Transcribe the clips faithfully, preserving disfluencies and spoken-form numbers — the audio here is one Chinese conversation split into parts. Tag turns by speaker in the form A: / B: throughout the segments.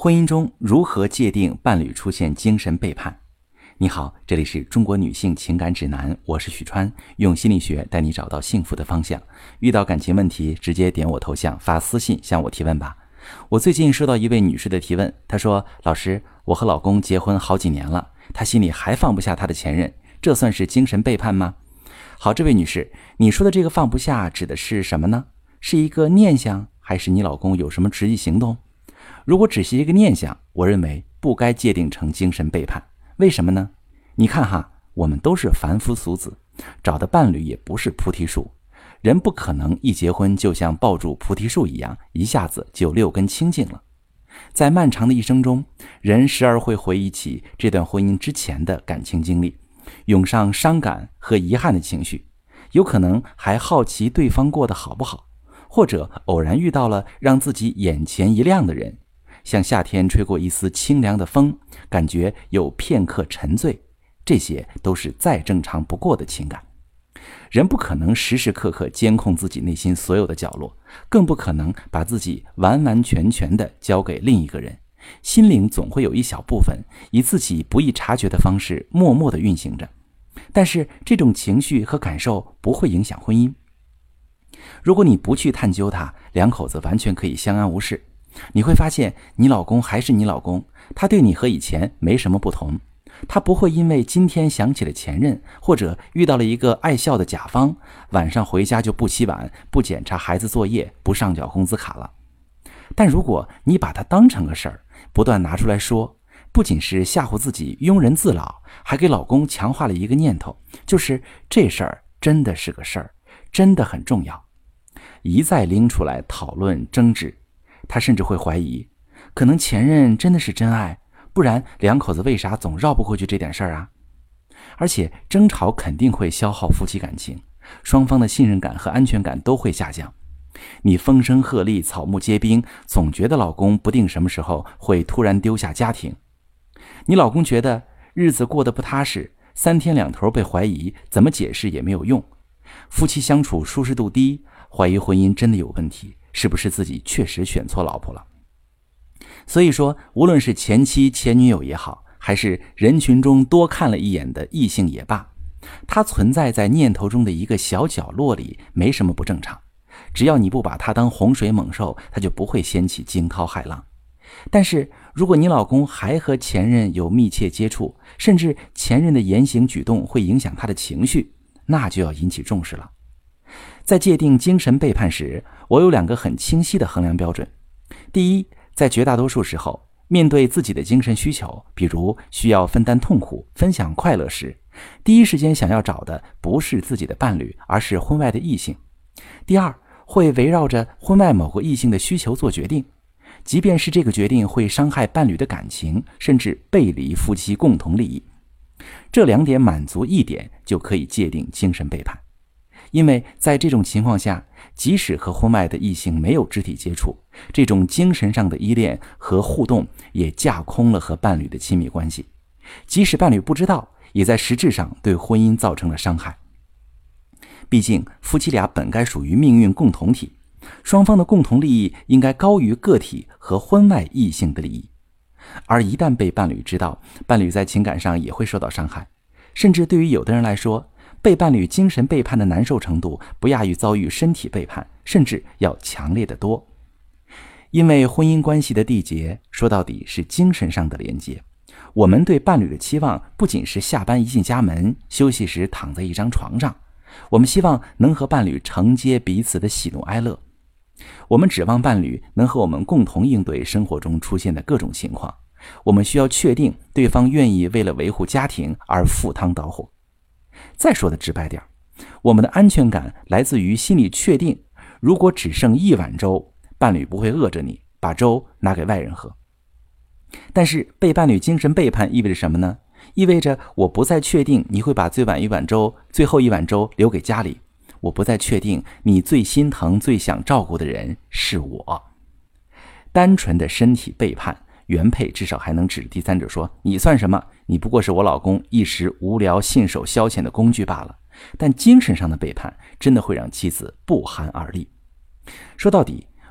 A: 婚姻中如何界定伴侣出现精神背叛？你好，这里是中国女性情感指南，我是许川，用心理学带你找到幸福的方向。遇到感情问题，直接点我头像发私信向我提问吧。我最近收到一位女士的提问，她说：老师，我和老公结婚好几年了，他心里还放不下他的前任，这算是精神背叛吗？好，这位女士，你说的这个放不下指的是什么呢？是一个念想，还是你老公有什么实际行动？如果只是一个念想，我认为不该界定成精神背叛。为什么呢？你看哈，我们都是凡夫俗子，找的伴侣也不是菩提树，人不可能一结婚就像抱住菩提树一样，一下子就六根清净了。在漫长的一生中，人时而会回忆起这段婚姻之前的感情经历，涌上伤感和遗憾的情绪，有可能还好奇对方过得好不好，或者偶然遇到了让自己眼前一亮的人，像夏天吹过一丝清凉的风，感觉有片刻沉醉，这些都是再正常不过的情感。人不可能时时刻刻监控自己内心所有的角落，更不可能把自己完完全全地交给另一个人，心灵总会有一小部分以自己不易察觉的方式默默地运行着，但是这种情绪和感受不会影响婚姻。如果你不去探究它，两口子完全可以相安无事。你会发现你老公还是你老公，他对你和以前没什么不同，他不会因为今天想起了前任，或者遇到了一个爱笑的甲方，晚上回家就不洗碗，不检查孩子作业，不上缴工资卡了。但如果你把它当成个事儿，不断拿出来说，不仅是吓唬自己庸人自扰，还给老公强化了一个念头，就是这事儿真的是个事儿，真的很重要。一再拎出来讨论争执，他甚至会怀疑，可能前任真的是真爱，不然两口子为啥总绕不过去这点事儿啊？而且争吵肯定会消耗夫妻感情，双方的信任感和安全感都会下降。你风声鹤唳，草木皆兵，总觉得老公不定什么时候会突然丢下家庭。你老公觉得日子过得不踏实，三天两头被怀疑，怎么解释也没有用。夫妻相处舒适度低，怀疑婚姻真的有问题，是不是自己确实选错老婆了？所以说，无论是前妻前女友也好，还是人群中多看了一眼的异性也罢，它存在在念头中的一个小角落里，没什么不正常。只要你不把它当洪水猛兽，它就不会掀起惊涛骇浪。但是如果你老公还和前任有密切接触，甚至前任的言行举动会影响他的情绪，那就要引起重视了。在界定精神背叛时，我有两个很清晰的衡量标准。第一，在绝大多数时候，面对自己的精神需求，比如需要分担痛苦、分享快乐时，第一时间想要找的不是自己的伴侣，而是婚外的异性。第二，会围绕着婚外某个异性的需求做决定，即便是这个决定会伤害伴侣的感情，甚至背离夫妻共同利益。这两点满足一点就可以界定精神背叛。因为在这种情况下，即使和婚外的异性没有肢体接触，这种精神上的依恋和互动也架空了和伴侣的亲密关系，即使伴侣不知道，也在实质上对婚姻造成了伤害。毕竟夫妻俩本该属于命运共同体，双方的共同利益应该高于个体和婚外异性的利益。而一旦被伴侣知道，伴侣在情感上也会受到伤害，甚至对于有的人来说，被伴侣精神背叛的难受程度不亚于遭遇身体背叛，甚至要强烈得多。因为婚姻关系的缔结说到底是精神上的连接，我们对伴侣的期望不仅是下班一进家门，休息时躺在一张床上，我们希望能和伴侣承接彼此的喜怒哀乐，我们指望伴侣能和我们共同应对生活中出现的各种情况，我们需要确定对方愿意为了维护家庭而赴汤蹈火。再说的直白点，我们的安全感来自于心里确定，如果只剩一碗粥，伴侣不会饿着你，把粥拿给外人喝。但是被伴侣精神背叛意味着什么呢？意味着我不再确定你会把最晚一碗粥、最后一碗粥留给家里，我不再确定你最心疼、最想照顾的人是我。单纯的身体背叛，原配至少还能指第三者说，你算什么？你不过是我老公一时无聊信手消遣的工具罢了。但精神上的背叛真的会让妻子不寒而栗。说到底，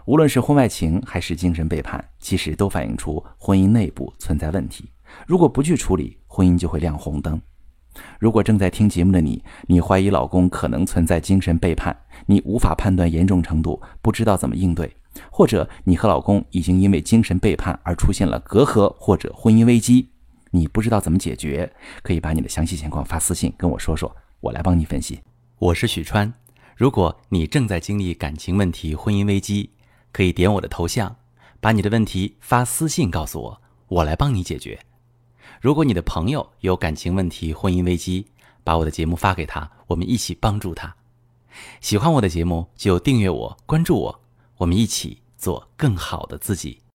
A: 无论是婚外情还是精神背叛，其实都反映出婚姻内部存在问题。如果不去处理，婚姻就会亮红灯。如果正在听节目的你，你怀疑老公可能存在精神背叛，你无法判断严重程度，不知道怎么应对，或者你和老公已经因为精神背叛而出现了隔阂或者婚姻危机，你不知道怎么解决，可以把你的详细情况发私信跟我说说，我来帮你分析。
B: 我是许川，如果你正在经历感情问题、婚姻危机，可以点我的头像，把你的问题发私信告诉我，我来帮你解决。如果你的朋友有感情问题、婚姻危机，把我的节目发给他，我们一起帮助他。喜欢我的节目就订阅我、关注我，我们一起做更好的自己。